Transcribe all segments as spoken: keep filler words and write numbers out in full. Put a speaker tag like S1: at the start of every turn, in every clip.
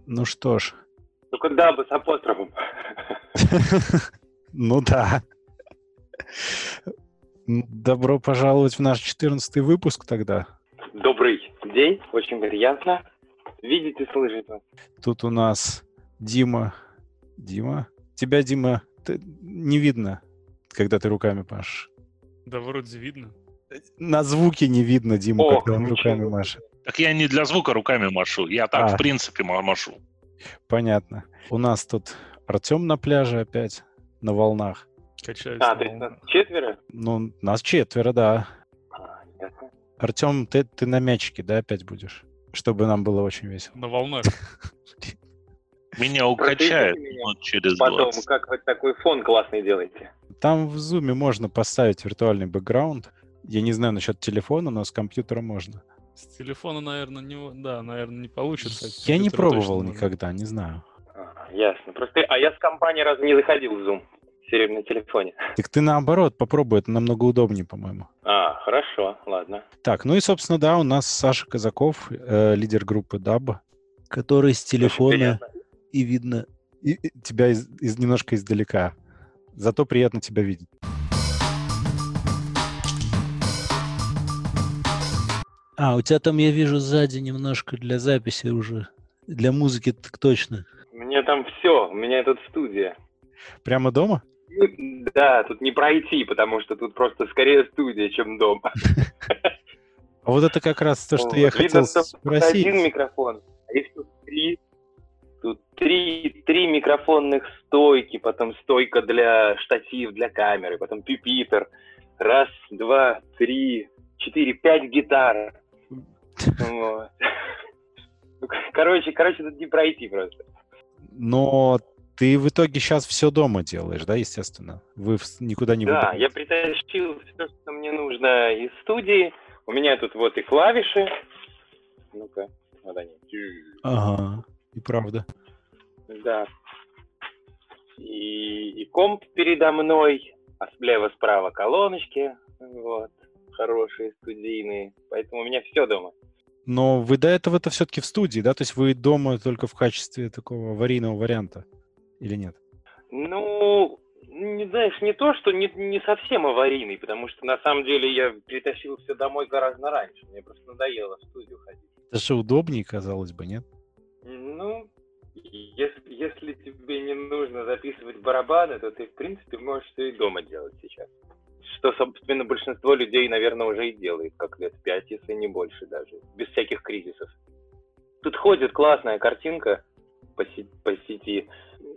S1: Ну что ж.
S2: Ну, когда бы с апострофом.
S1: Ну да. Добро пожаловать в наш четырнадцатый выпуск тогда.
S2: Добрый день, очень приятно видеть и слышать вас.
S1: Тут у нас Дима. Дима? Тебя, Дима, не видно, когда ты руками машешь.
S3: Да вроде видно.
S1: На звуке не видно Диму,
S2: О,
S1: когда он руками машет.
S4: Так я не для звука руками машу, я так,
S1: А.
S4: в принципе, машу.
S1: Понятно. У нас тут Артем на пляже опять, на волнах.
S3: Качается.
S2: А, то есть нас четверо?
S1: Ну, нас четверо, да.
S2: А, ясно.
S1: Артем, ты, ты на мячике, да, опять будешь? Чтобы нам было очень весело.
S3: На волнах.
S4: Меня укачает минут через
S2: Потом,
S4: двадцать.
S2: как вы такой фон классный делаете?
S1: Там в зуме можно поставить виртуальный бэкграунд. Я не знаю насчет телефона, но с компьютера можно.
S3: С телефона, наверное, не, да, наверное, не получится.
S1: Я не
S3: Компьютера
S1: пробовал
S3: точно
S1: никогда, не знаю.
S2: А, ясно. Просто, а я с компанией раз не заходил в Zoom. Все время на телефоне.
S1: Так ты наоборот попробуй, это намного удобнее, по-моему.
S2: А, хорошо, ладно.
S1: Так, ну и, собственно, да, у нас Саша Казаков, э, лидер группы даб, который с телефона и видно и, и тебя из, из, немножко издалека. Зато приятно тебя видеть. А, у тебя там, я вижу, сзади немножко для записи уже. Для музыки так точно.
S2: У меня там все, у меня тут студия.
S1: Прямо дома?
S2: Ну, да, тут не пройти, потому что тут просто скорее студия, чем дом.
S1: А вот это как раз то, что
S2: Вот.
S1: я хотел
S2: Видно,
S1: спросить.
S2: Один микрофон, а их тут три. Тут три, три микрофонных стойки, потом стойка для штатив, для камеры, потом пюпитр. Раз, два, три, четыре, пять гитар. Вот. Короче, короче, тут не пройти просто.
S1: Но ты в итоге сейчас все дома делаешь, да, естественно? Вы в- никуда не
S2: Да,
S1: выбираете.
S2: я притащил все, что мне нужно из студии. У меня тут вот и клавиши. Ну-ка, вот они.
S1: Ага, и правда.
S2: Да. И, и комп передо мной, а слева-справа колоночки. Вот. Хорошие, студийные. Поэтому у меня все дома.
S1: Но вы до этого это все-таки в студии, да? То есть вы дома только в качестве такого аварийного варианта или нет?
S2: Ну, не знаешь, не то, что не, не совсем аварийный, потому что на самом деле я притащил все домой гораздо раньше. Мне просто надоело в студию ходить.
S1: Это же удобнее, казалось бы, нет?
S2: Ну, если, если тебе не нужно записывать барабаны, то ты, в принципе, можешь все и дома делать сейчас. Что, собственно, большинство людей, наверное, уже и делает, как лет пять, если не больше даже, без всяких кризисов. Тут ходит классная картинка по, си- по сети.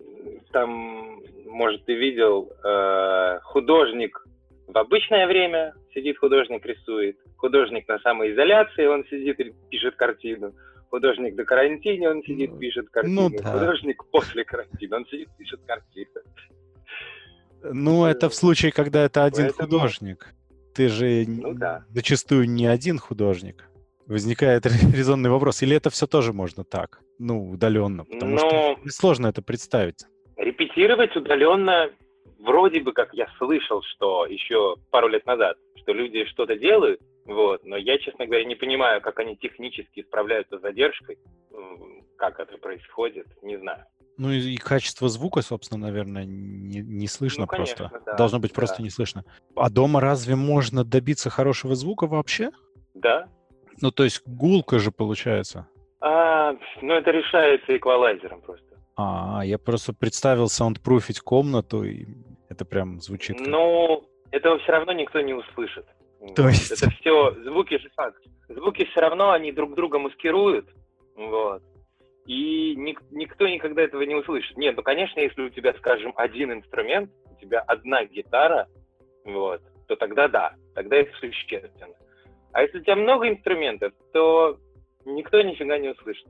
S2: Там, может, ты видел, э, художник в обычное время сидит, художник рисует. Художник на самоизоляции, он сидит и пишет картину. Художник до карантина, он сидит,
S1: Ну,
S2: пишет картину.
S1: ну да.
S2: Художник после карантина, он сидит, пишет картину.
S1: Ну, это в случае, когда это один
S2: Поэтому-
S1: художник. Ты же
S2: Ну да.
S1: зачастую не один художник. Возникает резонный вопрос. Или это все тоже можно так? Ну, удаленно. Потому
S2: Но-
S1: что сложно это представить.
S2: Репетировать удаленно, вроде бы, как я слышал, что еще пару лет назад, что люди что-то делают, вот, но я, честно говоря, не понимаю, как они технически справляются с задержкой, м, как это происходит, не знаю.
S1: Ну и, и качество звука, собственно, наверное, не, не слышно
S2: Ну, конечно,
S1: просто.
S2: да,
S1: Должно быть
S2: да.
S1: просто не слышно. А дома разве можно добиться хорошего звука вообще?
S2: Да?
S1: Ну, то есть гулко же получается.
S2: А, ну, это решается эквалайзером просто.
S1: А, я просто представил саундпруфить комнату, и это прям звучит как...
S2: Но этого все равно никто не услышит.
S1: То
S2: Вот.
S1: есть-
S2: Это все, звуки же так. Звуки все равно, они друг друга маскируют, вот. И ник- никто никогда этого не услышит. Нет, ну, конечно, если у тебя, скажем, один инструмент, у тебя одна гитара, вот, то тогда да, тогда это существенно. А если у тебя много инструментов, то никто нифига не услышит.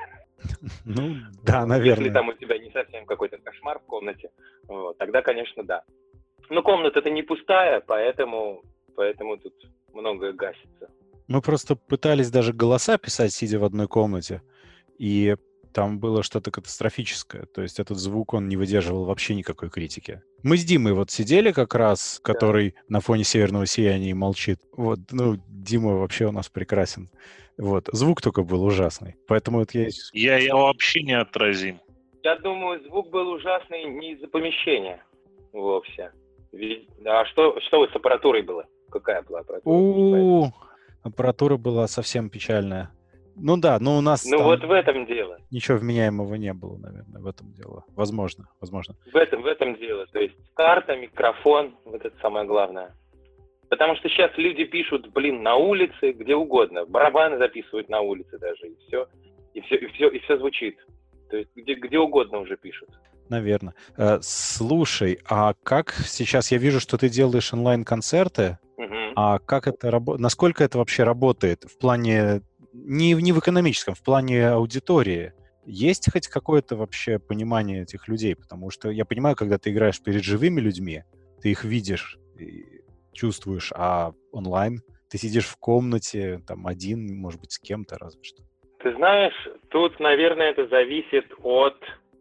S1: Ну, да,
S2: Если
S1: наверное.
S2: там у тебя не совсем какой-то кошмар в комнате, вот, тогда, конечно, да. Но комната-то не пустая, поэтому, поэтому тут многое гасится.
S1: Мы просто пытались даже голоса писать, сидя в одной комнате, и там было что-то катастрофическое. То есть этот звук, он не выдерживал вообще никакой критики. Мы с Димой вот сидели как раз, который на фоне северного сияния молчит. Вот, ну, Дима вообще у нас прекрасен. Вот, звук только был ужасный. Поэтому вот я...
S4: Я, я вообще неотразим.
S2: Я думаю, звук был ужасный не из-за помещения вовсе. Ведь- А что, что вот с аппаратурой было? Какая была аппаратура?
S1: У, аппаратура была совсем печальная. Ну да, но у нас
S2: Ну
S1: там
S2: вот в этом дело.
S1: ничего вменяемого не было, наверное, в этом дело. Возможно, возможно.
S2: В этом, в этом дело. То есть карта, микрофон, вот это самое главное. Потому что сейчас люди пишут, блин, на улице, где угодно. Барабаны записывают на улице даже, и все. И все, и все, и все звучит. То есть где, где угодно уже пишут.
S1: Наверное. Э, слушай, а как сейчас я вижу, что ты делаешь онлайн-концерты,
S2: Мгм.
S1: а как это работает? Насколько это вообще работает в плане не, в- не в экономическом, в плане аудитории? Есть хоть какое-то вообще понимание этих людей? Потому что я понимаю, когда ты играешь перед живыми людьми, ты их видишь и чувствуешь, а онлайн ты сидишь в комнате, там один, может быть, с кем-то разве что.
S2: Ты знаешь, тут, наверное, это зависит от,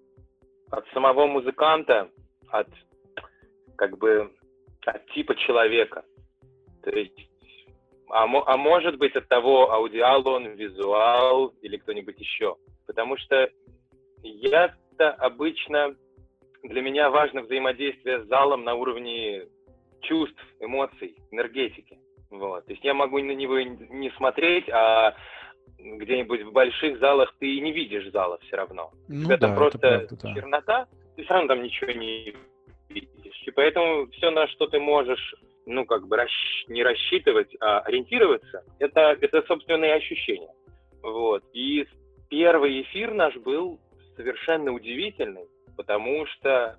S2: от самого музыканта, от как бы от типа человека. То есть, а, мо- а может быть от того, аудиал он, визуал или кто-нибудь еще. Потому что я-то обычно, для меня важно взаимодействие с залом на уровне чувств, эмоций, энергетики. Вот. То есть я могу на него и не смотреть, а где-нибудь в больших залах ты и не видишь зала все равно. У
S1: Ну
S2: тебя там
S1: да, это
S2: просто
S1: правда, да.
S2: чернота, ты все равно там ничего не видишь. И поэтому все, на что ты можешь, ну, как бы расщ- не рассчитывать, а ориентироваться, это, это собственные ощущения. Вот. И первый эфир наш был совершенно удивительный, потому что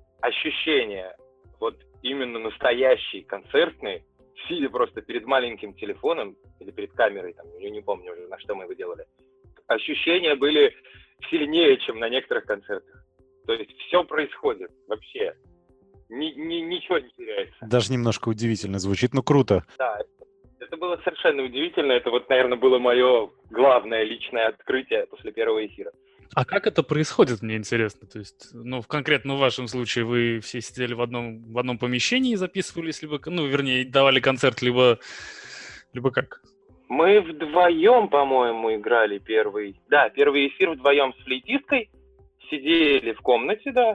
S2: ощущения вот именно настоящие, концертные, сидя просто перед маленьким телефоном или перед камерой, там, я не помню уже, на что мы его делали, ощущения были сильнее, чем на некоторых концертах. То есть все происходит вообще. Ни, ни- ничего не теряется.
S1: Даже немножко удивительно звучит, но круто.
S2: Да, это было совершенно удивительно. Это вот, наверное, было мое главное личное открытие после первого эфира.
S3: А как это происходит, мне интересно? То есть, ну, в конкретно в вашем случае вы все сидели в одном, в одном помещении и записывались, либо, ну, вернее, давали концерт, либо, либо как?
S2: Мы вдвоем, по-моему, играли первый. Да, первый эфир вдвоем с флейтисткой. Сидели в комнате, да.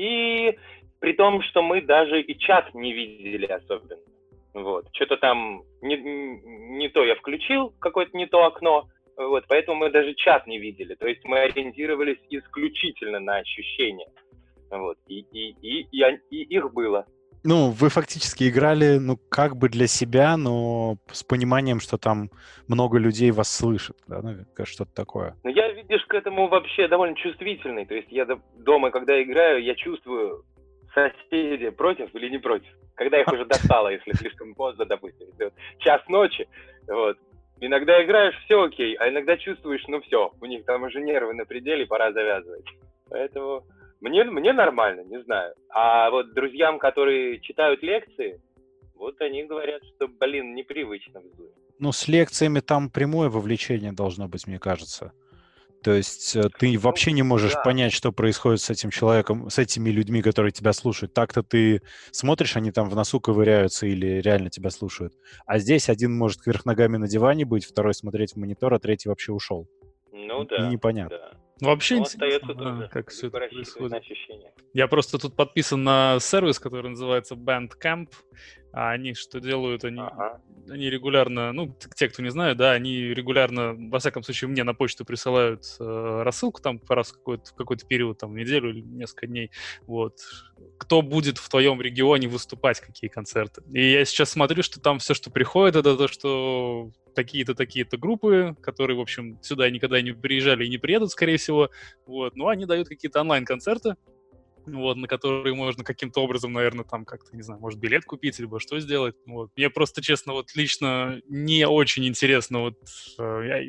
S2: И при том, что мы даже и чат не видели особенно. Вот. Что-то там не, не то я включил, какое-то не то окно. Вот. Поэтому мы даже чат не видели. То есть мы ориентировались исключительно на ощущения. Вот. И, и, и, и, он- и их было.
S1: Ну, вы фактически играли, ну, как бы для себя, но с пониманием, что там много людей вас слышит, да, ну, как что-то такое.
S2: Но я, видишь, к этому вообще довольно чувствительный. То есть я до- дома, когда играю, я чувствую, соседи против или не против. Когда их уже достало, если слишком поздно, допустим, если вот час ночи, вот. Иногда играешь, все окей, а иногда чувствуешь, ну все, у них там уже нервы на пределе, пора завязывать. Поэтому мне, мне нормально, не знаю. А вот друзьям, которые читают лекции, вот они говорят, что, блин, непривычно в Zoom.
S1: Ну, с лекциями там прямое вовлечение должно быть, мне кажется. То есть э, ты вообще не можешь
S2: да.
S1: понять, что происходит с этим человеком, с этими людьми, которые тебя слушают. Так-то ты смотришь, они там в носу ковыряются или реально тебя слушают. А здесь один может кверх ногами на диване быть, второй смотреть в монитор, а третий вообще ушел.
S2: Ну
S1: И
S2: да.
S1: непонятно.
S2: Да.
S3: Ну, вообще
S2: Но
S3: интересно,
S2: остается
S3: да,
S2: тоже
S3: как все это
S2: рассчитывать на
S3: происходит.
S2: ощущения.
S3: Я просто тут подписан на сервис, который называется Bandcamp. А они что делают? Они,
S2: Ага.
S3: они регулярно, ну, т- те, кто не знает, да, они регулярно, во всяком случае, мне на почту присылают э, рассылку там по раз в какой-то, в какой-то период, там, неделю или несколько дней. Вот. Кто будет в твоем регионе выступать, какие концерты. И я сейчас смотрю, что там все, что приходит, это то, что такие-то, такие-то группы, которые, в общем, сюда никогда не приезжали и не приедут, скорее всего. Вот. Но они дают какие-то онлайн-концерты, вот, на которые можно каким-то образом, наверное, там как-то, не знаю, может, билет купить, либо что сделать. Вот. Мне просто, честно, вот лично не очень интересно вот э, я-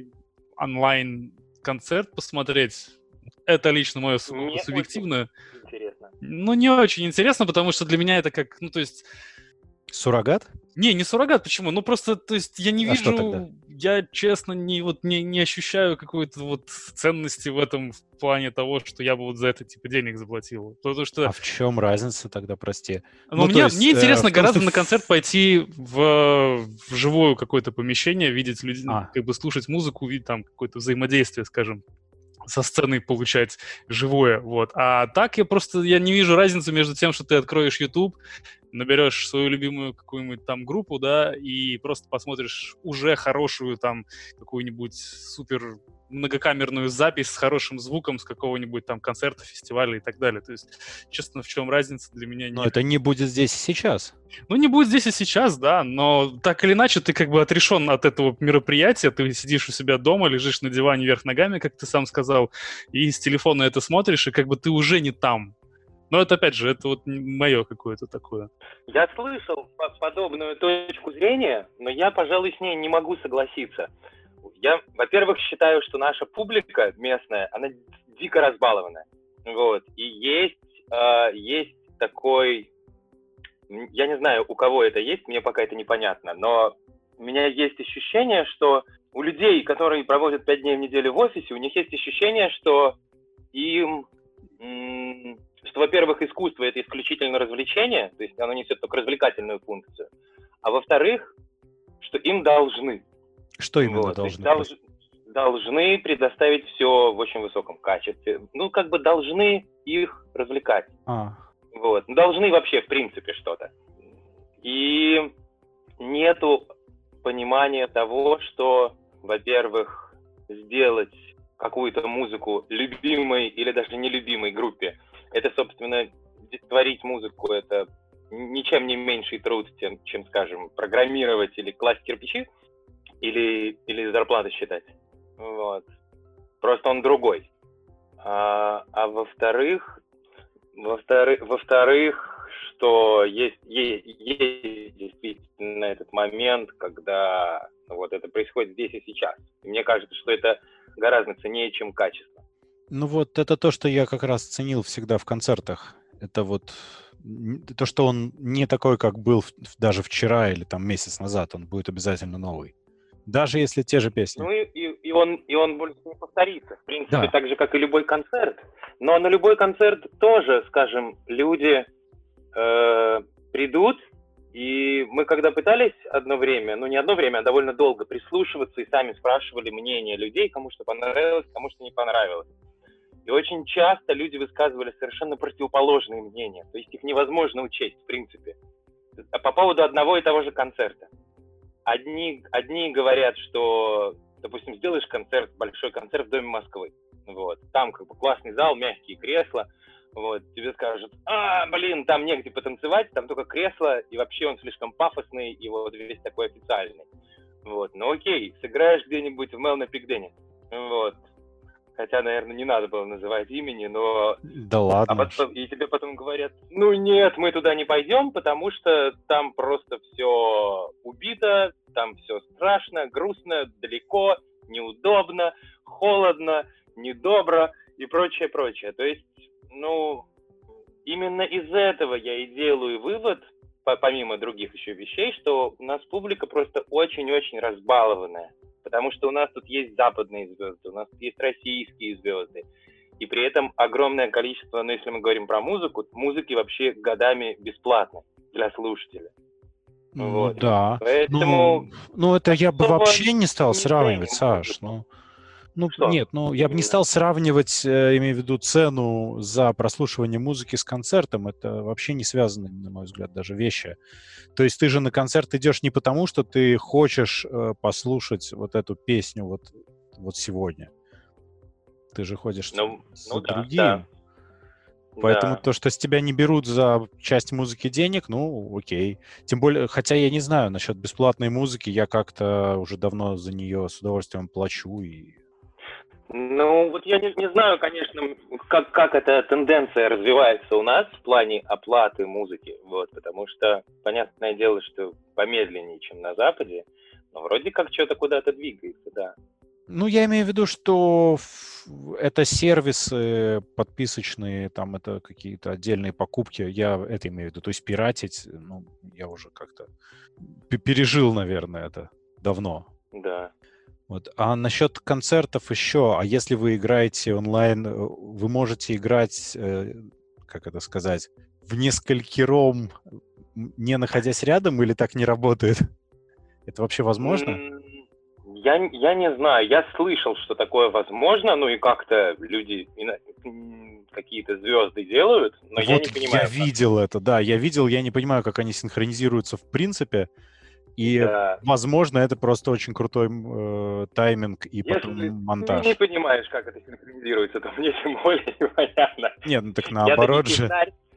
S3: онлайн-концерт посмотреть. Это лично мое сугубо
S2: Мне
S3: субъективное.
S2: Интересно.
S3: Ну, не очень интересно, потому что для меня это как, ну, то есть,
S1: Суррогат?
S3: Не, не суррогат, почему? Ну просто, то есть я не
S1: А что тогда?
S3: вижу, я честно не, вот, не, не ощущаю какой-то вот ценности в этом в плане того, что я бы вот за это типа денег заплатил. Потому что,
S1: А в чем разница тогда, прости?
S3: ну,
S1: Ну, то
S3: мне,
S1: есть,
S3: мне
S1: э,
S3: интересно
S1: в том,
S3: гораздо
S1: что
S3: на
S1: в-
S3: концерт пойти в, в живое какое-то помещение, видеть людей,
S1: А.
S3: как бы слушать музыку, видеть там какое-то взаимодействие, скажем, со сценой получать живое, вот. А так я просто, я не вижу разницы между тем, что ты откроешь YouTube, наберешь свою любимую какую-нибудь там группу, да, и просто посмотришь уже хорошую там какую-нибудь супер многокамерную запись с хорошим звуком с какого-нибудь там концерта, фестиваля и так далее. То есть, честно, в чем разница для меня
S1: Но
S3: нет.
S1: это не будет здесь и сейчас.
S3: Ну, не будет здесь и сейчас, да, но так или иначе ты как бы отрешен от этого мероприятия, ты сидишь у себя дома, лежишь на диване вверх ногами, как ты сам сказал, и с телефона это смотришь, и как бы ты уже не там. Но это, опять же, это вот мое какое-то такое.
S2: Я слышал по- подобную точку зрения, но я, пожалуй, с ней не могу согласиться. Я, во-первых, считаю, что наша публика местная, она дико разбалованная. Вот. И есть, э, есть такой... Я не знаю, у кого это есть, мне пока это непонятно, но у меня есть ощущение, что у людей, которые проводят пять дней в неделю в офисе, у них есть ощущение, что им... м- что, во-первых, искусство – это исключительно развлечение, то есть оно несет только развлекательную функцию, а во-вторых, что им должны.
S1: Что именно
S2: Вот, то есть
S1: должны?
S2: долж- должны предоставить все в очень высоком качестве. Ну, как бы должны их развлекать.
S1: А,
S2: Вот. Ну, должны вообще, в принципе, что-то. И нету понимания того, что, во-первых, сделать какую-то музыку любимой или даже нелюбимой группе, это, собственно, творить музыку, это ничем не меньший труд, чем, чем, скажем, программировать или класть кирпичи, или, или зарплаты считать. Вот. Просто он другой. А, а во-вторых, во-вторых, во-вторых, что есть, есть, есть действительно этот момент, когда вот это происходит здесь и сейчас. И мне кажется, что это гораздо ценнее, чем качество.
S1: ну вот это то, что я как раз ценил всегда в концертах. Это вот н- то, что он не такой, как был в- в- даже вчера или там месяц назад. Он будет обязательно новый. Даже если те же песни.
S2: Ну и, и, и, он, и он больше не повторится, в принципе,
S1: Да.
S2: так же, как и любой концерт. Но на любой концерт тоже, скажем, люди э, придут, и мы когда пытались одно время, ну не одно время, а довольно долго прислушиваться и сами спрашивали мнение людей, кому что понравилось, кому что не понравилось. И очень часто люди высказывали совершенно противоположные мнения, то есть их невозможно учесть, в принципе. А по поводу одного и того же концерта. Одни, одни говорят, что, допустим, сделаешь концерт, большой концерт в Доме Москвы, вот, там как бы классный зал, мягкие кресла, вот, тебе скажут, а, блин, там негде потанцевать, там только кресла, и вообще он слишком пафосный, и вот весь такой официальный, вот, ну окей, сыграешь где-нибудь в Мелна Пикдене, вот, хотя, наверное, не надо было называть имени, но...
S1: Да
S2: А
S1: ладно.
S2: потом, и тебе потом говорят, ну нет, мы туда не пойдем, потому что там просто все убито, там все страшно, грустно, далеко, неудобно, холодно, недобро и прочее, прочее. То есть, ну, именно из этого я и делаю вывод, помимо других еще вещей, что у нас публика просто очень-очень разбалованная. Потому что у нас тут есть западные звезды, у нас тут есть российские звезды. И при этом огромное количество, ну если мы говорим про музыку, музыки вообще годами бесплатно для слушателя.
S1: Ну
S2: Вот.
S1: да.
S2: Поэтому...
S1: Ну, ну это я бы
S2: особо
S1: вообще не стал
S2: не
S1: сравнивать,
S2: ценим
S1: Саш.
S2: музыку.
S1: Ну, ну
S2: Что?
S1: нет, ну я бы не
S2: Именно.
S1: стал сравнивать, э, имею в виду, цену за прослушивание музыки с концертом. Это вообще не связаны, на мой взгляд, даже вещи. То есть ты же на концерт идешь не потому, что ты хочешь э, послушать вот эту песню вот, вот сегодня. Ты же ходишь
S2: Ну,
S1: за
S2: ну да,
S1: другим.
S2: да.
S1: Поэтому
S2: Да.
S1: то, что с тебя не берут за часть музыки денег, ну, окей. Тем более, хотя я не знаю насчет бесплатной музыки, я как-то уже давно за нее с удовольствием плачу. И...
S2: Ну, вот я не, не знаю, конечно, как, как эта тенденция развивается у нас в плане оплаты музыки, вот, потому что, понятное дело, что помедленнее, чем на Западе, но вроде как что-то куда-то двигается, да.
S1: Ну, я имею в виду, что это сервисы подписочные, там это какие-то отдельные покупки. Я это имею в виду. То есть пиратить, ну, я уже как-то пережил, наверное, это давно.
S2: Да.
S1: Вот. А насчет концертов еще, а если вы играете онлайн, вы можете играть, как это сказать, в несколькером, не находясь рядом, или так не работает? Это вообще возможно?
S2: Я, я не знаю, я слышал, что такое возможно, ну и как-то люди, какие-то звезды делают, но
S1: вот
S2: я не понимаю.
S1: Я видел это, да, я видел, я не понимаю, как они синхронизируются в принципе, и, да. возможно, это просто очень крутой э, тайминг и
S2: Если
S1: потом монтаж.
S2: Если ты не понимаешь, как это синхронизируется, то мне тем более непонятно.
S1: Нет, ну так наоборот же.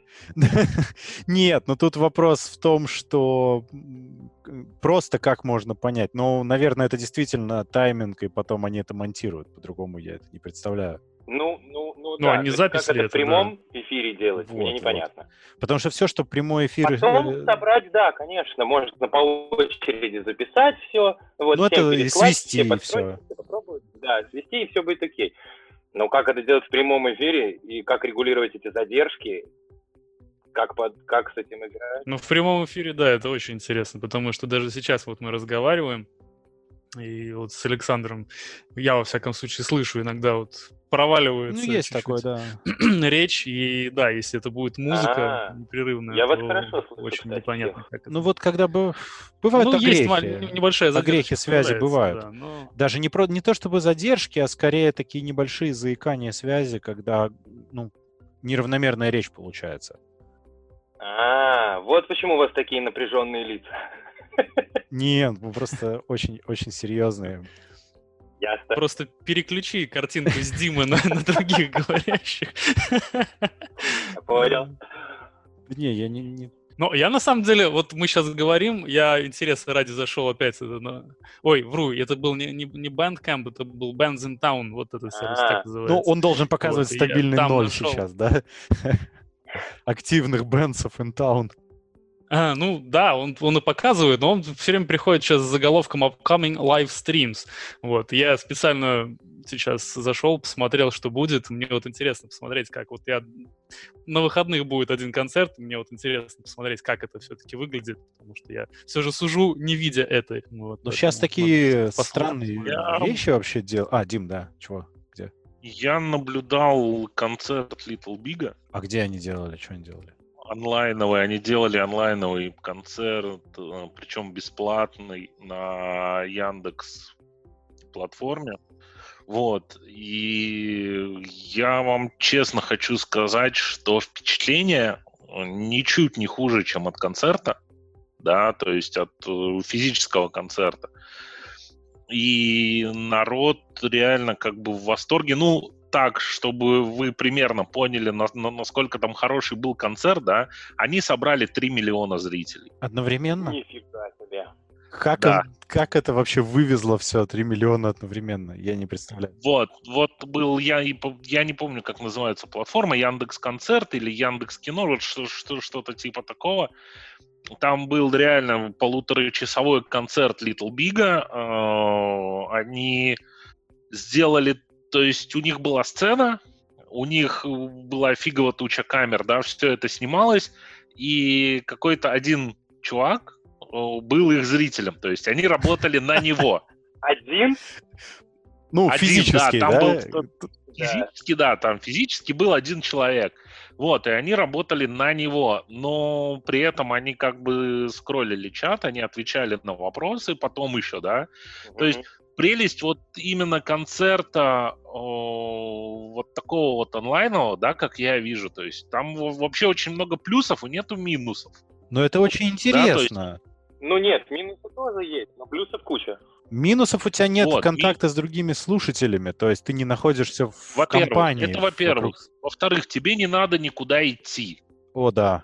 S1: Нет, но тут вопрос в том, что просто как можно понять. Ну, наверное, это действительно тайминг, и потом они это монтируют. По-другому я это не представляю.
S2: Ну, ну, ну,
S3: ну
S2: да.
S3: Они запись
S2: как это,
S3: это
S2: в прямом
S3: да.
S2: эфире делать, вот, мне непонятно.
S1: Вот. Потому что все, что прямой эфир...
S2: Потом собрать, да, конечно, может по очереди записать все. Вот,
S1: ну, это и свести,
S2: все
S1: и все.
S2: Попробуют, да, свести, и все будет окей. Но как это делать в прямом эфире, и как регулировать эти задержки, как, под, как с этим играть?
S3: Ну, в прямом эфире, да, это очень интересно, потому что даже сейчас вот мы разговариваем, и вот с Александром я, во всяком случае, слышу иногда вот проваливается
S1: ну, есть такое, да.
S3: речь, и да, если это будет музыка
S2: А-а-а.
S3: непрерывная,
S2: я
S3: то
S2: вас хорошо слышу,
S3: очень
S2: кстати,
S3: непонятно,
S2: всех.
S3: как это.
S1: Ну вот когда бы... Бывают
S3: ну,
S1: огрехи.
S3: Есть маль... небольшая задержка.
S1: Огрехи связи бывают.
S3: Да, но...
S1: Даже не, про... не то чтобы задержки, а скорее такие небольшие заикания связи, когда ну, неравномерная речь получается.
S2: А, вот почему у вас такие напряженные лица.
S1: Нет, мы просто очень-очень серьезные.
S2: Ясно.
S3: Просто переключи картинку с Димы на, на других говорящих.
S2: Я понял.
S1: Не, я не, не...
S3: Ну, я на самом деле, вот мы сейчас говорим, я интересно ради зашел опять. Это, на... Ой, вру, это был не, не, не Bandcamp, это был Bands in Town, вот это сервис так называется.
S1: Ну, он должен показывать вот, стабильный ноль
S3: нашел...
S1: сейчас, да? Активных бэндсов in town.
S3: А, ну да, он, он и показывает, но он все время приходит сейчас с заголовком Upcoming Live Streams. Вот, я специально сейчас зашел, посмотрел, что будет. Мне вот интересно посмотреть, как вот я... На выходных будет один концерт, мне вот интересно посмотреть, как это все-таки выглядит, потому что я все же сужу, не видя это. Вот,
S1: но сейчас такие странные
S4: я...
S1: вещи вообще делают. А, Дим, да, чего? Где?
S4: Я наблюдал концерт Little Big.
S1: А где они делали? Что они делали?
S4: Онлайновый, они делали онлайновый концерт, причем бесплатный на Яндекс платформе. Вот, и я вам честно хочу сказать, что впечатление ничуть не хуже, чем от концерта, да, то есть от физического концерта. И народ реально как бы в восторге, ну, так, чтобы вы примерно поняли, на, на, насколько там хороший был концерт, да, они собрали три миллиона зрителей.
S1: Одновременно?
S2: Нифига себе.
S1: Как,
S4: да.
S1: он, как это вообще вывезло все, три миллиона одновременно? Я не представляю.
S4: Вот, вот был, я, я не помню, как называется платформа, Яндекс.Концерт или Яндекс.Кино, вот что, что, что-то типа такого. Там был реально полуторачасовой концерт Little Big. Они сделали, то есть у них была сцена, у них была фигово туча камер, да, все это снималось, и какой-то один чувак был их зрителем, то есть они работали на него.
S2: Один?
S1: Ну, физически,
S4: да? Там
S1: да?
S4: Был, физически, да, там физически был один человек. Вот, и они работали на него, но при этом они как бы скроллили чат, они отвечали на вопросы, потом еще, да. Mm-hmm. То есть прелесть вот именно концерта о, вот такого вот онлайнового, да, как я вижу, то есть там вообще очень много плюсов и нету минусов.
S1: Но это очень интересно.
S4: Да, есть...
S2: Ну нет, минусы тоже есть, но плюсов куча.
S1: Минусов у тебя нет
S4: вот,
S1: контакта
S4: и...
S1: с другими слушателями, то есть ты не находишься в
S4: во-первых,
S1: компании.
S4: Это во-первых. Вокруг. Во-вторых, тебе не надо никуда идти.
S1: О, да.
S2: Кстати,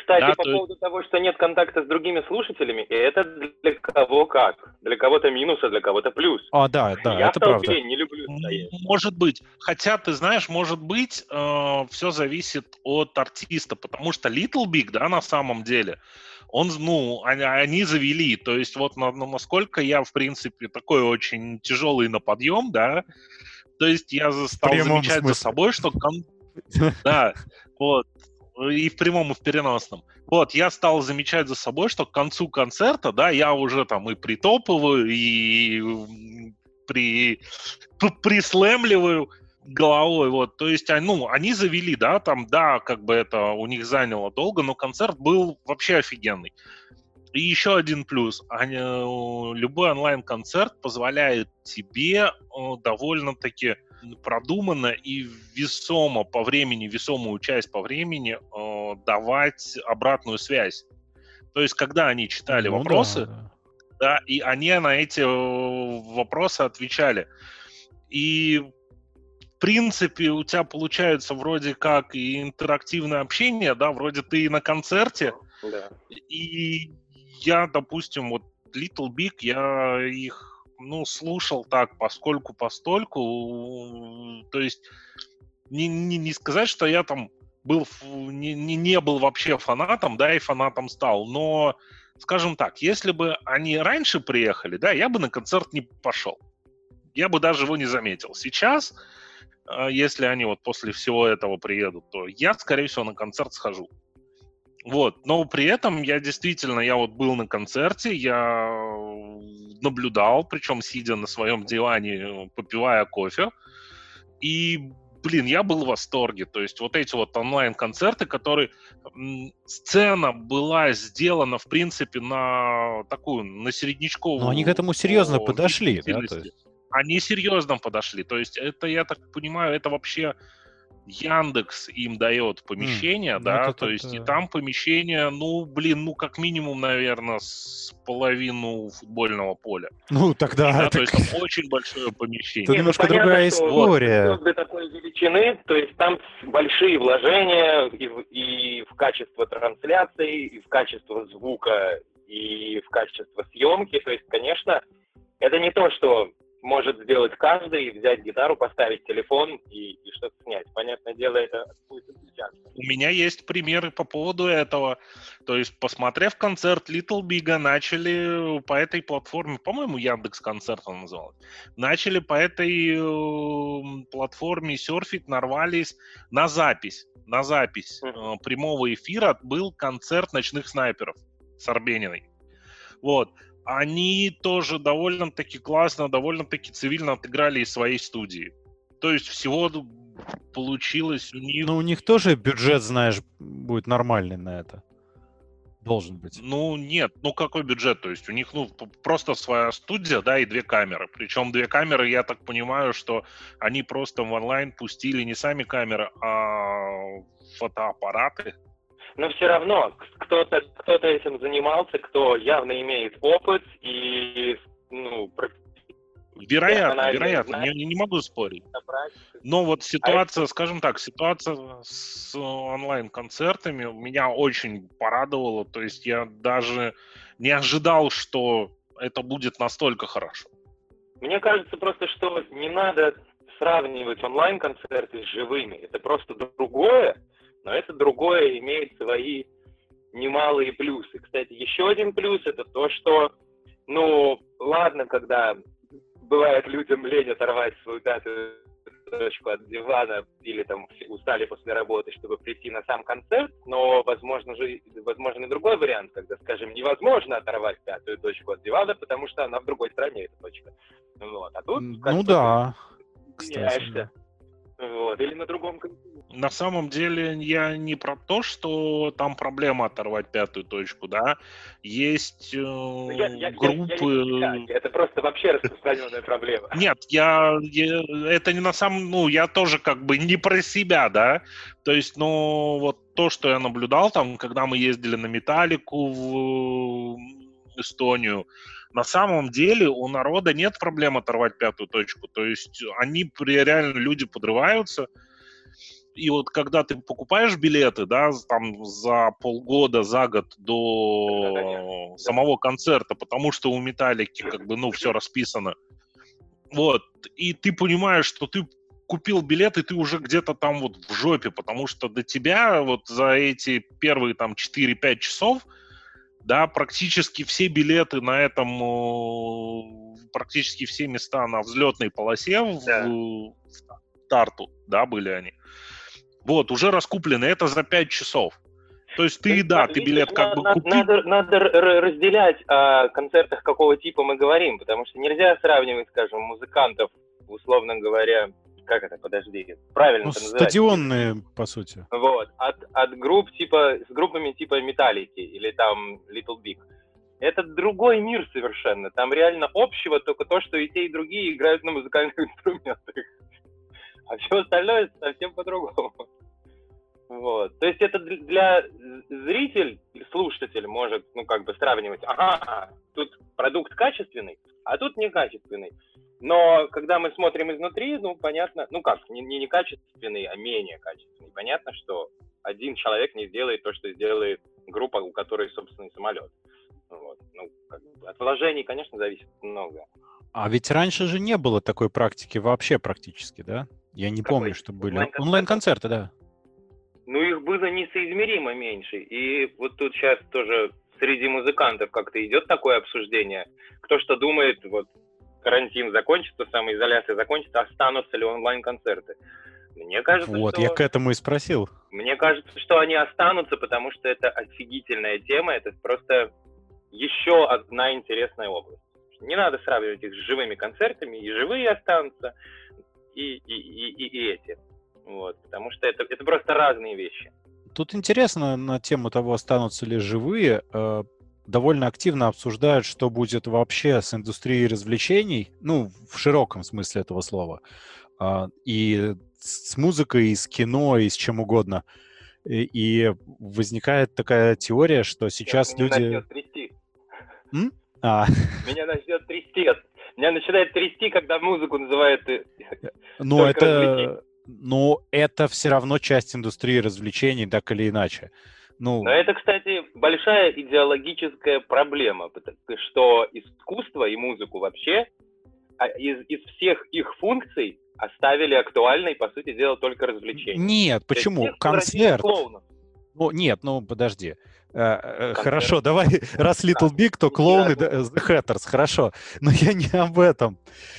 S2: кстати,
S4: Да,
S2: по
S4: то
S2: поводу того, что нет контакта с другими слушателями, это для кого как. Для кого-то минус, а для кого-то плюс.
S1: А, да, да,
S2: Я
S1: это
S2: в толпе
S1: правда.
S2: не люблю
S4: М,
S2: стоять.
S4: Может быть. Хотя, ты знаешь, может быть, все зависит от артиста, потому что Little Big, да, на самом деле, он, ну, они, они завели, то есть вот на- на- насколько я, в принципе, такой очень тяжелый на подъем, да, то есть я за-
S1: В
S4: стал
S1: прямом
S4: замечать за
S1: смысле.
S4: собой, что, кон- да, вот, и в прямом, и в переносном. Вот, я стал замечать за собой, что к концу концерта, да, я уже там и притопываю, и м, при, п- прислемливаю головой, вот, то есть, а, ну, они завели, да, там, да, как бы это у них заняло долго, но концерт был вообще офигенный. И еще один плюс. Они, э, любой онлайн-концерт позволяет тебе э, довольно-таки продуманно и весомо по времени, весомую часть по времени э, давать обратную связь. То есть, когда они читали
S1: Ну
S4: вопросы,
S1: да, да.
S4: да, и они на эти э, вопросы отвечали. И в принципе у тебя получается вроде как и интерактивное общение, да, вроде ты на концерте,
S2: Да.
S4: и я, допустим, вот Little Big, я их, ну, слушал так, поскольку постольку, то есть не, не, не сказать, что я там был, ф- не, не, не был вообще фанатом, да, и фанатом стал, но, скажем так, если бы они раньше приехали, да, я бы на концерт не пошел. Я бы даже его не заметил. Сейчас, э, если они вот после всего этого приедут, то я, скорее всего, на концерт схожу. Вот, но при этом я действительно, я вот был на концерте, я наблюдал, причем сидя на своем диване, попивая кофе, и, блин, я был в восторге. То есть вот эти вот онлайн-концерты, которые... м, Сцена была сделана, в принципе, на такую, на середнячковую
S1: Но они к этому серьезно
S4: по
S1: подошли, да, то
S4: длительности.
S1: есть.
S4: Они серьезно подошли. То есть это, я так понимаю, это вообще Яндекс им дает
S1: М,
S4: помещение,
S1: ну
S4: да,
S1: это
S4: то есть и
S1: тогда...
S4: там помещение, ну, блин, ну, как минимум, наверное, с половину футбольного поля.
S1: Ну тогда
S4: Да,
S1: это...
S4: то есть там очень большое помещение.
S1: Это
S2: Не, ну
S1: немножко
S2: понятно,
S1: другая
S2: что
S4: Вот.
S1: история.
S2: звезды такой величины, то есть там большие вложения и в, и в качество трансляции, и в качество звука, и в качество съемки. То есть, конечно, это не то, что может сделать каждый, взять гитару, поставить телефон и, и что-то снять. Понятное дело, это будет отличаться.
S4: У меня есть примеры по поводу этого. То есть, посмотрев концерт Little Big, начали по этой платформе, по-моему, Яндекс.Концерт он назывался, начали по этой э, платформе серфить, нарвались на запись. На запись э, прямого эфира был концерт «Ночных снайперов» с Арбениной. Вот. Они тоже довольно-таки классно, довольно-таки цивильно отыграли из своей студии. То есть всего получилось у них...
S1: Ну у них тоже бюджет, знаешь, будет нормальный на это. Должен быть.
S4: Ну, нет, ну какой бюджет? То есть у них, ну, п- просто своя студия, да, и две камеры. Причем две камеры, я так понимаю, что они просто в онлайн пустили не сами камеры, а фотоаппараты.
S2: Но все равно кто-то, кто-то этим занимался, кто явно имеет опыт и, ну,
S4: Вероятно,
S2: профессиональные
S4: вероятно, не,
S2: знания
S4: не могу спорить.
S2: на практике.
S4: Но вот
S2: А
S4: ситуация,
S2: это-
S4: скажем так, ситуация с онлайн-концертами меня очень порадовала. То есть я даже не ожидал, что это будет настолько хорошо.
S2: Мне кажется просто, что не надо сравнивать онлайн-концерты с живыми. Это просто другое, но это другое имеет свои немалые плюсы. Кстати, еще один плюс — это то, что, ну, ладно, когда бывает людям лень оторвать свою пятую точку от дивана или там устали после работы, чтобы прийти на сам концерт, но возможно же, возможно и другой вариант, когда, скажем, невозможно оторвать пятую точку от дивана, потому что она в другой стране, эта точка. Вот. А тут, как
S1: Ну
S2: бы,
S1: да,
S2: ты
S1: кстати.
S2: меняешься.
S1: Да.
S2: Вот. Или на другом континенте.
S4: На самом деле я не про то, что там проблема оторвать пятую точку, да. Есть э,
S2: Ну, я, я, я, я не
S4: группы...
S2: про себя, это просто вообще распространенная проблема.
S4: Нет, я, я это не на самом, ну, я тоже как бы не про себя, да, то есть, ну, вот то, что я наблюдал там, когда мы ездили на Металлику в Эстонию, на самом деле у народа нет проблем оторвать пятую точку, то есть они, реально люди подрываются, и вот когда ты покупаешь билеты, да, там за полгода, за год до
S2: Да-да-да.
S4: самого концерта, потому что у Металлики как бы, ну, все расписано, вот, и ты понимаешь, что ты купил билет, и ты уже где-то там вот в жопе, потому что до тебя вот за эти первые там четыре-пять часов, да, практически все билеты на этом, практически все места на взлетной полосе
S2: Да.
S4: в, в старту, да, были они. Вот, уже раскуплены, это за пять часов. То есть ты, да, ты билет как бы купил.
S2: Надо, надо разделять, о концертах какого типа мы говорим, потому что нельзя сравнивать, скажем, музыкантов, условно говоря, как это, подожди, правильно
S1: Ну,
S2: это называется?
S1: стадионные, по сути.
S2: Вот, от, от групп типа, с группами типа Металлики или там Little Big. Это другой мир совершенно. Там реально общего только то, что и те, и другие играют на музыкальных инструментах. А все остальное совсем по-другому. Вот. То есть это для зритель, слушатель может, ну, как бы сравнивать. Ага, тут продукт качественный, а тут некачественный. Но когда мы смотрим изнутри, ну, понятно, ну как, не, не некачественный, а менее качественный. Понятно, что один человек не сделает то, что сделает группа, у которой собственный самолет. Вот. Ну, как бы от вложений, конечно, зависит много.
S1: А ведь раньше же не было такой практики вообще практически, да? Я не
S2: Какой?
S1: помню, что были.
S2: Онлайн-концерты?
S1: Онлайн-концерты, да.
S2: Ну, их было несоизмеримо меньше. И вот тут сейчас тоже среди музыкантов как-то идет такое обсуждение. Кто что думает, вот карантин закончится, самоизоляция закончится, останутся ли онлайн-концерты. Мне кажется,
S1: Вот,
S2: что...
S1: я к этому и спросил.
S2: Мне кажется, что они останутся, потому что это офигительная тема, это просто еще одна интересная область. Не надо сравнивать их с живыми концертами, и живые останутся, и, и, и, и, и эти. Вот, потому что это, это просто разные вещи.
S1: Тут интересно на тему того, останутся ли живые. Э, довольно активно обсуждают, что будет вообще с индустрией развлечений, ну, в широком смысле этого слова. Э, и с музыкой, и с кино, и с чем угодно. И, и возникает такая теория, что сейчас
S2: Меня
S1: люди...
S2: начнет трясти.
S1: М? А.
S2: Меня начнет трясти. Меня начинает трясти, когда музыку называют...
S1: Ну, это... Но это все равно часть индустрии развлечений, так или иначе. Ну...
S2: Но это, кстати, большая идеологическая проблема, что искусство и музыку вообще из, из всех их функций оставили актуальной, по сути дела, только развлечения.
S1: Нет, почему? Тех, концерт. Ну, нет, ну, подожди. Uh, хорошо, давай, раз Little Big, то клоуны, The Hatters, хорошо. Но я не об этом.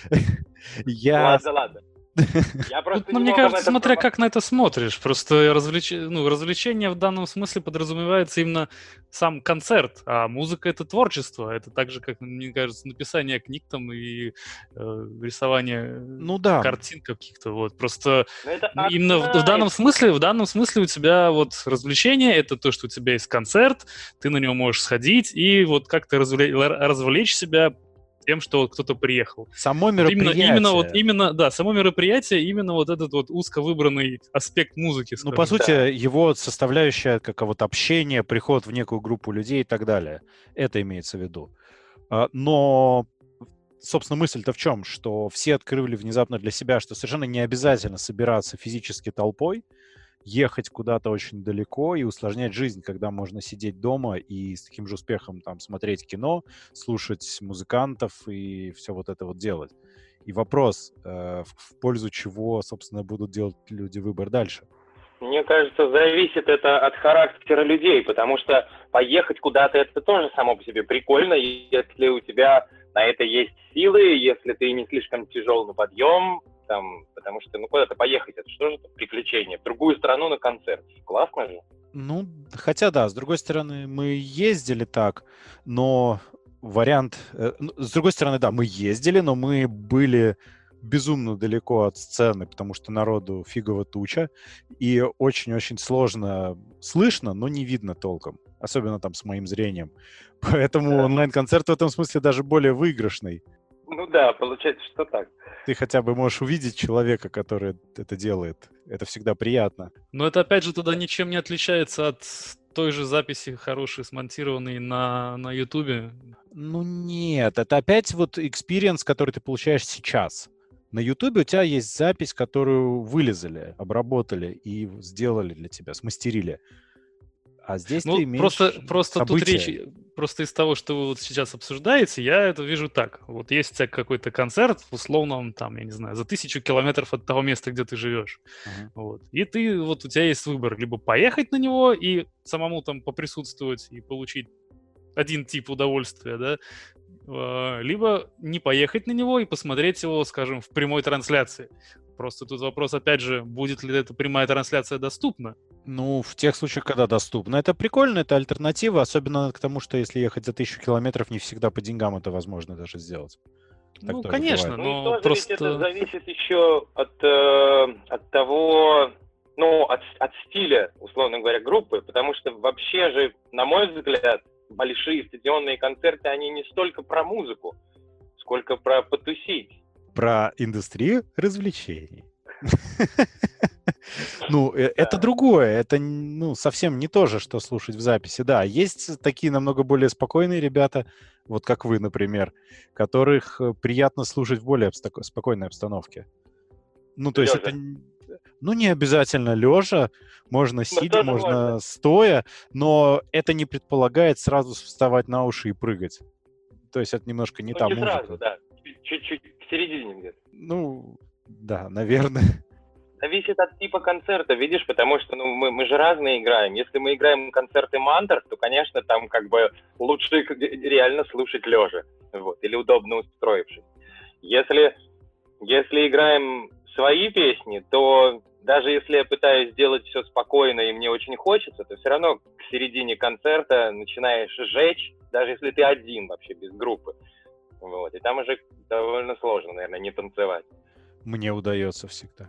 S1: я...
S2: Ладно, ладно.
S3: Я просто Тут, ну, мне кажется, смотря как на это смотришь. Просто развлеч... ну, развлечение в данном смысле подразумевается именно сам концерт, а музыка — это творчество. Это так же, как, мне кажется, написание книг там и э, рисование
S1: ну, да.
S3: картин каких-то. Вот. Просто именно в, в данном смысле, в данном смысле у тебя вот развлечение — это то, что у тебя есть концерт, ты на него можешь сходить и вот как-то развлечь, развлечь себя тем, что кто-то приехал.
S1: Само мероприятие.
S3: Именно, именно, вот, именно, да, само мероприятие, именно вот этот вот узко выбранный аспект музыки.
S1: Ну, по сути, да. его составляющая, как вот общение, приход в некую группу людей и так далее. Это имеется в виду. Но, собственно, мысль-то в чем? Что все открыли внезапно для себя, что совершенно не обязательно собираться физически толпой, ехать куда-то очень далеко и усложнять жизнь, когда можно сидеть дома и с таким же успехом там смотреть кино, слушать музыкантов и все вот это вот делать. И вопрос, э, в пользу чего, собственно, будут делать люди выбор дальше?
S2: Мне кажется, зависит это от характера людей, потому что поехать куда-то — это тоже само по себе прикольно, если у тебя на это есть силы, если ты не слишком тяжел на подъем, там, потому что, ну, куда-то поехать, это что же это приключение? В другую страну на концерт. Классно же.
S1: Ну, хотя да, с другой стороны, мы ездили так, но вариант... Э, с другой стороны, да, мы ездили, но мы были безумно далеко от сцены, потому что народу фигово туча, и очень-очень сложно слышно, но не видно толком, особенно там с моим зрением. Поэтому да. онлайн-концерт в этом смысле даже более выигрышный.
S2: Ну да, получается, что так.
S1: Ты хотя бы можешь увидеть человека, который это делает. Это всегда приятно.
S3: Но это, опять же, тогда ничем не отличается от той же записи хорошей, смонтированной на, на YouTube.
S1: Ну нет, это опять вот экспириенс, который ты получаешь сейчас. На Ютубе у тебя есть запись, которую вылезали, обработали и сделали для тебя, смастерили. А здесь
S3: Ну,
S1: ты имеешь
S3: просто, просто тут
S1: события.
S3: речь, просто из того, что вы вот сейчас обсуждаете, я это вижу так. Вот есть у тебя какой-то концерт, условно, он там, я не знаю, за тысячу километров от того места, где ты живешь.
S1: Ага.
S3: Вот. И ты, вот у тебя есть выбор, либо поехать на него и самому там поприсутствовать и получить один тип удовольствия, да, э, либо не поехать на него и посмотреть его, скажем, в прямой трансляции. Просто тут вопрос, опять же, будет ли эта прямая трансляция доступна?
S1: Ну, в тех случаях, когда доступно. Это прикольно, это альтернатива, особенно к тому, что если ехать за тысячу километров, не всегда по деньгам это возможно даже сделать. Так
S3: Ну,
S1: тоже
S3: конечно,
S1: бывает.
S2: Ну и
S3: но
S2: тоже
S3: просто...
S2: ведь это зависит еще от, э, от того, ну, от, от стиля, условно говоря, группы, потому что вообще же, на мой взгляд, большие стадионные концерты, они не столько про музыку, сколько про потусить.
S1: Про индустрию развлечений. Ну, э, это другое, это ну, совсем не то же, что слушать в записи. Да, есть такие намного более спокойные ребята, вот как вы, например, которых э, приятно слушать в более обста- спокойной обстановке. Ну, то есть
S2: Лёжа.
S1: это, н- ну, не обязательно лежа, можно сидя,
S2: тоже
S1: можно
S2: можно.
S1: стоя, но это не предполагает сразу вставать на уши и прыгать. То есть это немножко не
S2: Ну,
S1: та
S2: не
S1: музыка.
S2: сразу, да. Чуть-чуть в середине где-то.
S1: Ну, да, наверное.
S2: Зависит от типа концерта, видишь, потому что ну, мы, мы же разные играем. Если мы играем концерты мантр, то, конечно, там как бы лучше реально слушать лежа, вот, или удобно устроившись. Если, если играем свои песни, то даже если я пытаюсь сделать все спокойно и мне очень хочется, то все равно к середине концерта начинаешь жечь, даже если ты один вообще, без группы. Вот, и там уже довольно сложно, наверное, не танцевать.
S1: Мне удается всегда.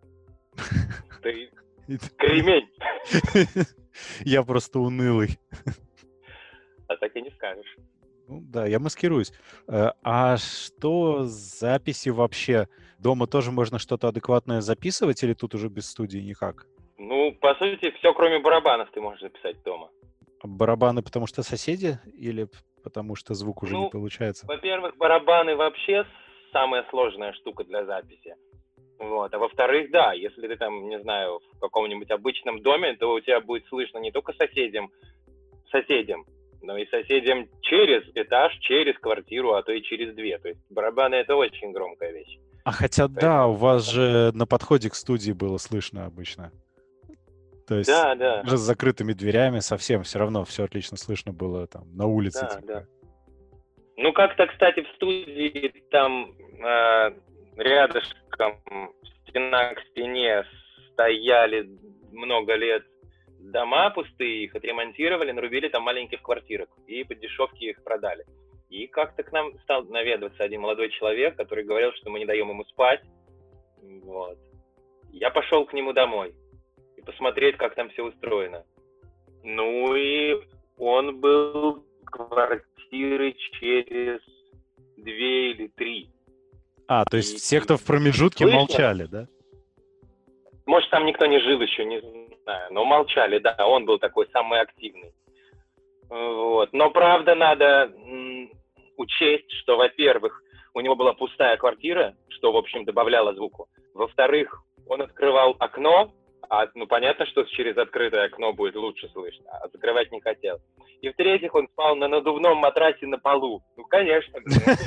S2: Ты кремень,
S1: Я просто унылый.
S2: а так и не скажешь.
S1: Ну да, я маскируюсь. Э, А что с записью вообще? Дома тоже можно что-то адекватное записывать или тут уже без студии никак?
S2: Ну, по сути, все, кроме барабанов, ты можешь записать дома.
S1: Барабаны, потому что соседи или п- потому что звук уже не
S2: Ну,
S1: получается?
S2: Во-первых, барабаны вообще самая сложная штука для записи. Вот. А во-вторых, да, если ты там, не знаю, в каком-нибудь обычном доме, то у тебя будет слышно не только соседям, соседям, но и соседям через этаж, через квартиру, а то и через две. То есть барабаны — это очень громкая вещь.
S1: А хотя да, у вас же на подходе к студии было слышно обычно. То есть
S2: Да, да.
S1: даже с закрытыми дверями совсем все равно все отлично слышно было там на улице.
S2: Да,
S1: типа.
S2: да. Ну, как-то, кстати, в студии там э, рядышком, стена к стене, стояли много лет дома пустые, их отремонтировали, нарубили там маленьких квартирок и по дешевке их продали. И как-то к нам стал наведываться один молодой человек, который говорил, что мы не даем ему спать. Вот. Я пошел к нему домой и посмотреть, как там все устроено. Ну и он был квартиры через две или три.
S1: А, то есть
S2: И-
S1: все, кто в промежутке,
S2: Слышно?
S1: молчали, да?
S2: Может, там никто не жил еще, не знаю, но молчали, да, он был такой самый активный. Вот. Но, правда, надо м, учесть, что, во-первых, у него была пустая квартира, что, в общем, добавляло звуку. Во-вторых, он открывал окно, а, ну, понятно, что через открытое окно будет лучше слышно, а закрывать не хотел. И, в-третьих, он спал на надувном матрасе на полу. Ну, конечно.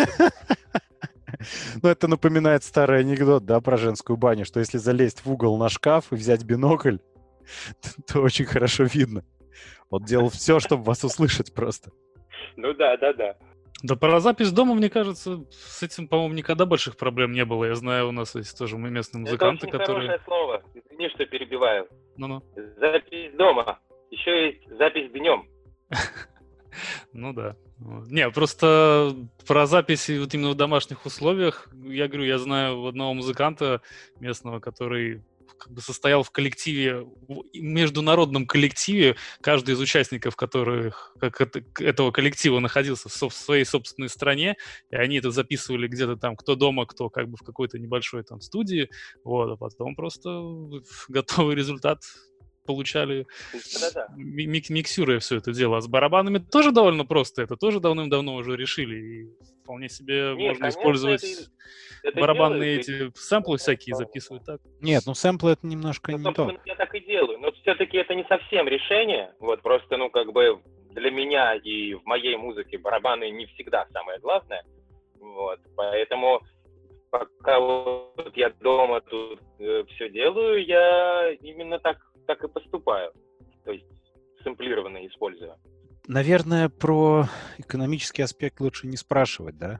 S1: Ну, это напоминает старый анекдот, да, про женскую баню, что если залезть в угол на шкаф и взять бинокль, то, то очень хорошо видно. Он делал все, чтобы вас услышать просто.
S2: Ну, да, да, да.
S3: Да про запись дома, мне кажется, с этим, по-моему, никогда больших проблем не было. Я знаю, у нас есть тоже мы местные музыканты,
S2: Это очень
S3: которые...
S2: хорошее слово. Извини, что перебиваю.
S3: Ну-ну.
S2: Запись дома. Еще есть запись днем.
S3: Ну да. Вот. Не, просто про записи вот именно в домашних условиях, я говорю, я знаю одного музыканта местного, который как бы состоял в коллективе, в международном коллективе, каждый из участников, которых, как это, этого коллектива находился в, со- в своей собственной стране, и они это записывали где-то там, кто дома, кто как бы в какой-то небольшой там студии, вот, а потом просто готовый результат получали,
S2: Да-да-да.
S3: мик- миксируя все это дело. А с барабанами тоже довольно просто, это тоже давным-давно уже решили, и вполне себе
S2: Нет,
S3: можно
S2: конечно,
S3: использовать
S2: это, это
S3: барабанные
S2: делают, и-
S3: эти сэмплы всякие, записывать так.
S1: Нет, ну сэмплы это немножко
S2: Ну,
S1: не то.
S2: собственно, я так и делаю. Но все-таки это не совсем решение. Вот просто, ну, как бы для меня и в моей музыке барабаны не всегда самое главное. Вот. Поэтому пока вот я дома тут э, все делаю, я именно так, так и поступаю. То есть сэмплированно использую.
S1: Наверное, про экономический аспект лучше не спрашивать, да?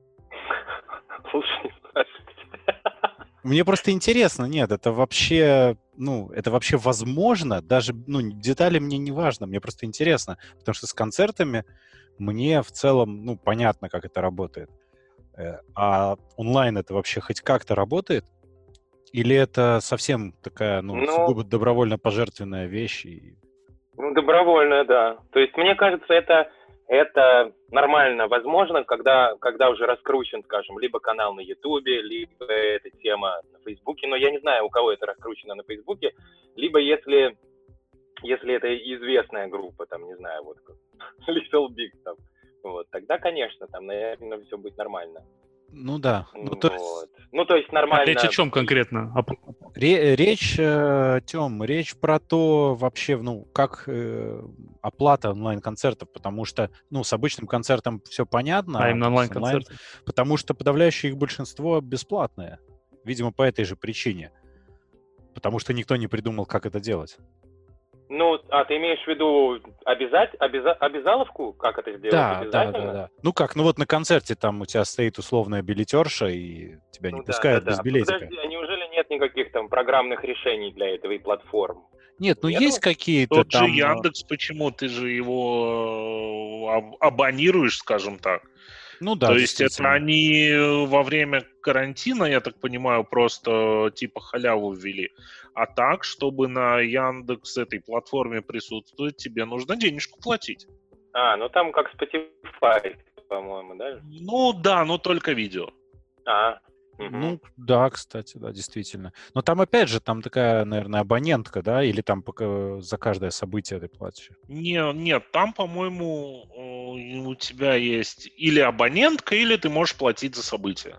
S2: Лучше не спрашивать.
S1: Мне просто интересно, нет, это вообще, ну, это вообще возможно, даже, ну, детали мне не важно, мне просто интересно, потому что с концертами мне в целом, ну, понятно, как это работает. Э, А онлайн это вообще хоть как-то работает? Или это совсем такая, ну,
S2: Ну,
S1: сугубо добровольно-пожертвенная вещь? И...
S2: Ну, добровольно, да. То есть, мне кажется, это, это нормально возможно, когда, когда уже раскручен, скажем, либо канал на Ютубе, либо эта тема на Фейсбуке. Но я не знаю, у кого это раскручено на Фейсбуке. Либо если, если это известная группа, там, не знаю, вот как Little Big, там, вот, тогда, конечно, там, наверное, все будет нормально.
S1: Ну да. Ну, то есть...
S2: Вот. Ну, то есть нормально.
S3: А речь о чем конкретно? О-
S1: Ре- Речь, э, Тём, речь про то вообще, ну, как э, оплата онлайн-концертов, потому что, ну, с обычным концертом все понятно,
S3: А именно
S1: вот с онлайн,
S3: онлайн-концерты?
S1: потому что подавляющее их большинство бесплатное. Видимо, по этой же причине. Потому что никто не придумал, как это делать.
S2: Ну, а ты имеешь в виду обязать, обяза, обязаловку, как это сделать
S1: Да, да,
S2: обязательно?
S1: да, да. Ну как, ну вот на концерте там у тебя стоит условная билетерша, и тебя не
S2: Ну да,
S1: пускают
S2: да,
S1: без
S2: да.
S1: билетика.
S2: Подожди, а неужели нет никаких там программных решений для этого и платформ?
S1: Нет, ну
S2: Нету?
S1: есть какие-то
S4: Тот же
S1: там... а,
S4: Яндекс, почему? Ты же его э, аб- абонируешь, скажем так.
S1: Ну да,
S4: То есть это
S1: действительно.
S4: они во время карантина, я так понимаю, просто типа халяву ввели. А так, чтобы на Яндекс этой платформе присутствовать, тебе нужно денежку платить.
S2: А, ну там как Spotify, по-моему, да?
S4: Ну да, но только видео.
S2: А, мгм.
S1: Ну, да, кстати, да, действительно. Но там, опять же, там такая, наверное, абонентка, да? Или там пока за каждое событие ты платишь?
S4: Не, нет, там, по-моему, э, у тебя есть или абонентка, или ты можешь платить за события.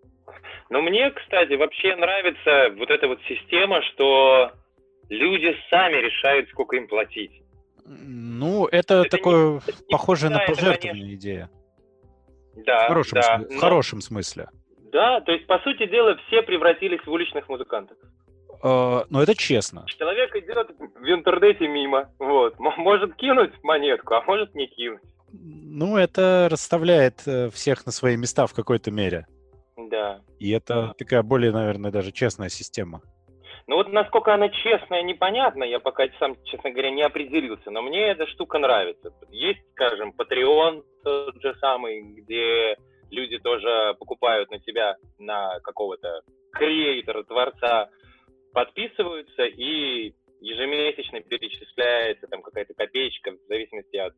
S2: Но мне, кстати, вообще нравится вот эта вот система, что люди сами решают, сколько им платить.
S1: Ну, это,
S2: Это
S1: такое,
S2: не- это не
S1: похоже на
S2: всегда, это,
S1: пожертвованная идея. В
S2: Да,
S1: хорошем,
S2: да.
S1: смысле, в
S2: но-
S1: хорошем смысле.
S2: Да, то есть, по сути дела, все превратились в уличных музыкантов.
S1: Э, Но это честно.
S2: Человек идет в интернете мимо, вот, м- может кинуть монетку, а может не кинуть.
S1: Ну, это расставляет э, всех на свои места в какой-то мере.
S2: Да.
S1: И это такая более, наверное, даже честная система.
S2: Ну вот насколько она честная, непонятно, я пока сам, честно говоря, не определился, но мне эта штука нравится. Есть, скажем, Patreon тот же самый, где люди тоже покупают на тебя, на какого-то креатора, творца, подписываются и ежемесячно перечисляется там какая-то копеечка в зависимости от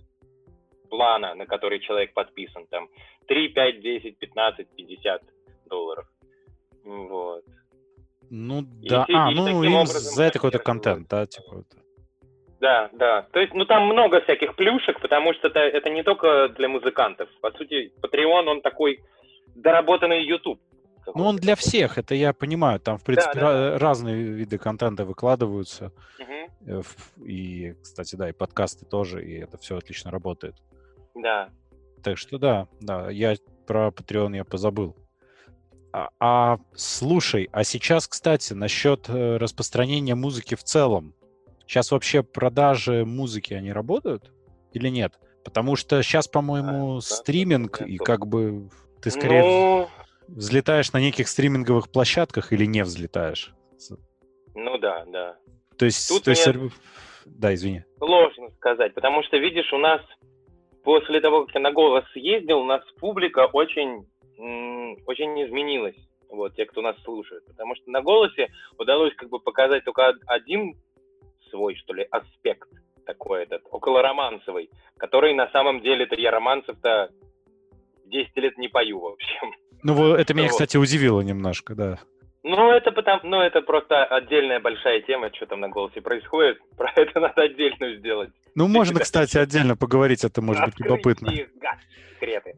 S2: плана, на который человек подписан, там три, пять, десять, пятнадцать, пятьдесят долларов. Вот.
S1: Ну,
S2: И
S1: да.
S2: те-
S1: А,
S2: и
S1: ну,
S2: таким
S1: им
S2: образом
S1: за это какой-то
S2: поддерживают.
S1: контент, да, типа. это.
S2: Да, да. То есть, ну, там много всяких плюшек, потому что это, это не только для музыкантов. По сути, Patreon, он такой доработанный YouTube.
S1: Ну, он для всех, это я понимаю. Там, в принципе,
S2: да,
S1: ра- разные виды контента выкладываются.
S2: Мгм.
S1: Э, в- И, кстати, да, и подкасты тоже, и это все отлично работает.
S2: Да.
S1: Так что да, да, я про Patreon я позабыл. А, а, слушай, а сейчас, кстати, насчет э, распространения музыки в целом. Сейчас вообще продажи музыки, они работают или нет? Потому что сейчас, по-моему,
S2: да,
S1: стриминг,
S2: да,
S1: и
S2: да.
S1: как бы ты скорее
S2: Ну,
S1: взлетаешь на неких стриминговых площадках или не взлетаешь?
S2: ну да, да.
S1: То есть,
S2: Тут
S1: то есть,
S2: мне-
S1: э, да, извини.
S2: Сложно сказать, потому что, видишь, у нас после того, как я на голос съездил, у нас публика очень, м, очень изменилась. Вот, те, кто нас слушает. Потому что на голосе удалось как бы показать только од- один свой, что ли, аспект такой этот, околоромансовый, который на самом деле-то я романсов-то десять лет не пою, в общем.
S1: Ну, во- это меня,
S2: Вот.
S1: кстати, удивило немножко, да.
S2: Ну, это потому, ну, это просто отдельная большая тема, что там на голосе происходит. Про это надо отдельно сделать.
S1: Ну, можно, кстати, отдельно поговорить, это может быть любопытно.
S2: Секреты.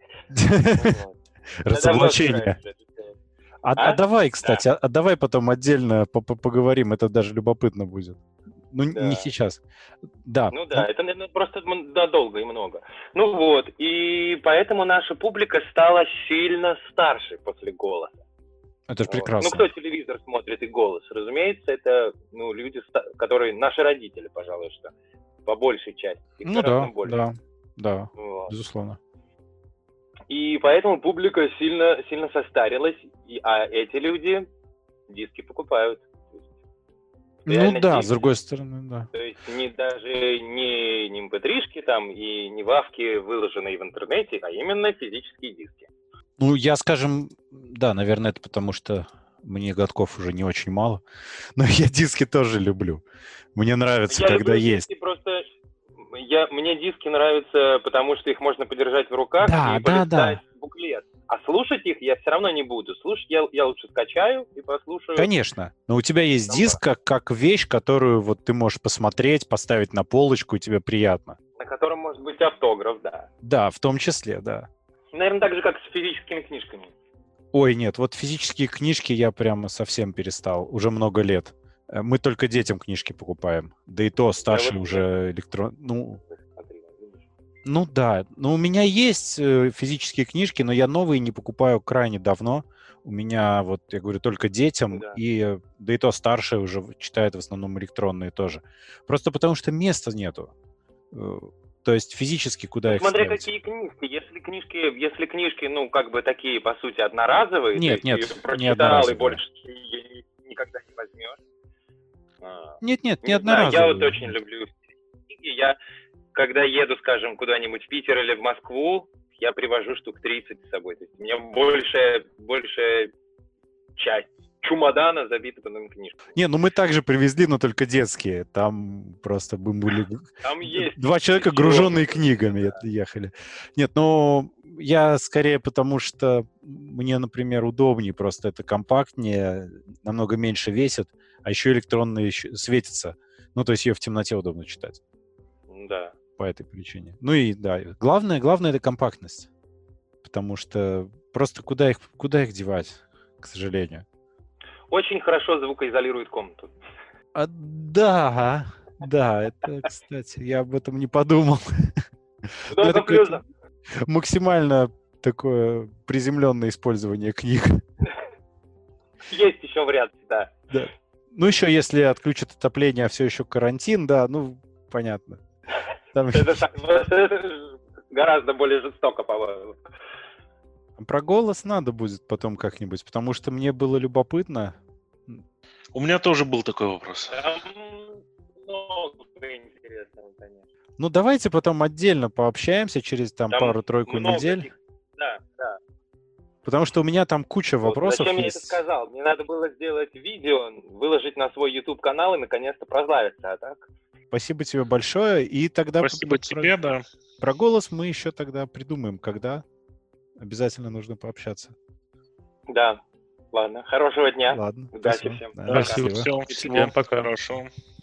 S1: Разоблачение. А, а? а давай, кстати, да. а, а давай потом отдельно поговорим, это даже любопытно будет. Ну, да. не сейчас. Да.
S2: Ну да, это, наверное, просто да, долго и много. Ну вот, и поэтому наша публика стала сильно старше после «Голоса».
S1: Это же прекрасно.
S2: Ну, кто телевизор смотрит и «Голос», разумеется, это ну, люди, которые наши родители, пожалуй, что по большей части.
S1: Ну да, да, да, вот. Безусловно.
S2: И поэтому публика сильно, сильно состарилась, и, а эти люди диски покупают.
S1: Ну да, диски, с другой стороны, да.
S2: То есть не даже не, не эм пэ три-шки там и не вавки, выложенные в интернете, а именно физические диски.
S1: Ну, я, скажем, да, наверное, это потому что мне годков уже не очень мало, но я диски тоже люблю. Мне нравится, я когда люблю есть.
S2: Диски просто... Я, мне диски нравятся, потому что их можно подержать в руках
S1: да,
S2: и
S1: да,
S2: полистать
S1: да.
S2: буклет. А слушать их я все равно не буду. Слушать я, я лучше скачаю и послушаю.
S1: Конечно. Но у тебя есть Сама. диск как, как вещь, которую вот ты можешь посмотреть, поставить на полочку, и тебе приятно.
S2: На котором может быть автограф, да.
S1: Да, в том числе, да.
S2: Наверное, так же, как с физическими книжками.
S1: Ой, нет, вот физические книжки я прямо совсем перестал. Уже много лет. Мы только детям книжки покупаем. Да и то старшие вот уже электрон... Ну, ну да. Ну, у меня есть физические книжки, но я новые не покупаю крайне давно. У меня, вот, я говорю, только детям. Да. И да и то старшие уже читают в основном электронные тоже. Просто потому что места нету. То есть физически куда ну, их
S2: смотря
S1: ставить?
S2: Какие книжки. Если книжки, если книжки, ну, как бы такие, по сути, одноразовые,
S1: нет,
S2: ты
S1: нет,
S2: ее прочитал,
S1: не
S2: и больше никогда не возьмешь.
S1: Нет, нет, не,
S2: не
S1: одноразовые.
S2: Знаю, я вот очень люблю книги. Я, когда еду, скажем, куда-нибудь в Питер или в Москву, я привожу штук тридцать с собой. То есть у меня большая, большая часть чемодана забита подобными книжками.
S1: Не, ну мы также привезли, но только детские. Там просто мы были...
S2: Там есть.
S1: Два человека, груженные книгами, да. ехали. Нет, ну я скорее потому, что мне, например, удобнее, просто это компактнее, намного меньше весит, а еще электронные светится. Ну, то есть ее в темноте удобно читать.
S2: Да.
S1: По этой причине. Ну и да, главное, главное это компактность. Потому что просто куда их, куда их девать, к сожалению.
S2: Очень хорошо звукоизолирует комнату.
S1: А, да, да, это, кстати, я об этом не подумал.
S2: Это плюсом.
S1: Максимально такое приземленное использование книг.
S2: Есть еще варианты, да.
S1: Да. Ну, еще если отключат отопление, а все еще карантин, да, ну, понятно. Там...
S2: Это, это гораздо более жестоко, по-моему.
S1: Про голос надо будет потом как-нибудь, потому что мне было любопытно.
S4: У меня тоже был такой вопрос.
S2: Там много интересного, конечно.
S1: Ну, давайте потом отдельно пообщаемся через там, там пару-тройку недель.
S2: Таких... Да, да.
S1: Потому что у меня там куча вот вопросов
S2: зачем
S1: есть.
S2: Я это сказал? Мне надо было сделать видео, выложить на свой YouTube-канал и наконец-то прославиться, а так?
S1: Спасибо тебе большое. И тогда...
S4: Спасибо тебе,
S1: про...
S4: да.
S1: Про голос мы еще тогда придумаем, когда обязательно нужно пообщаться.
S2: Да. Ладно. Хорошего дня.
S1: Ладно.
S2: Удачи
S1: спасибо.
S2: всем.
S1: Да,
S4: спасибо. Всем, всем пока. Хорошо.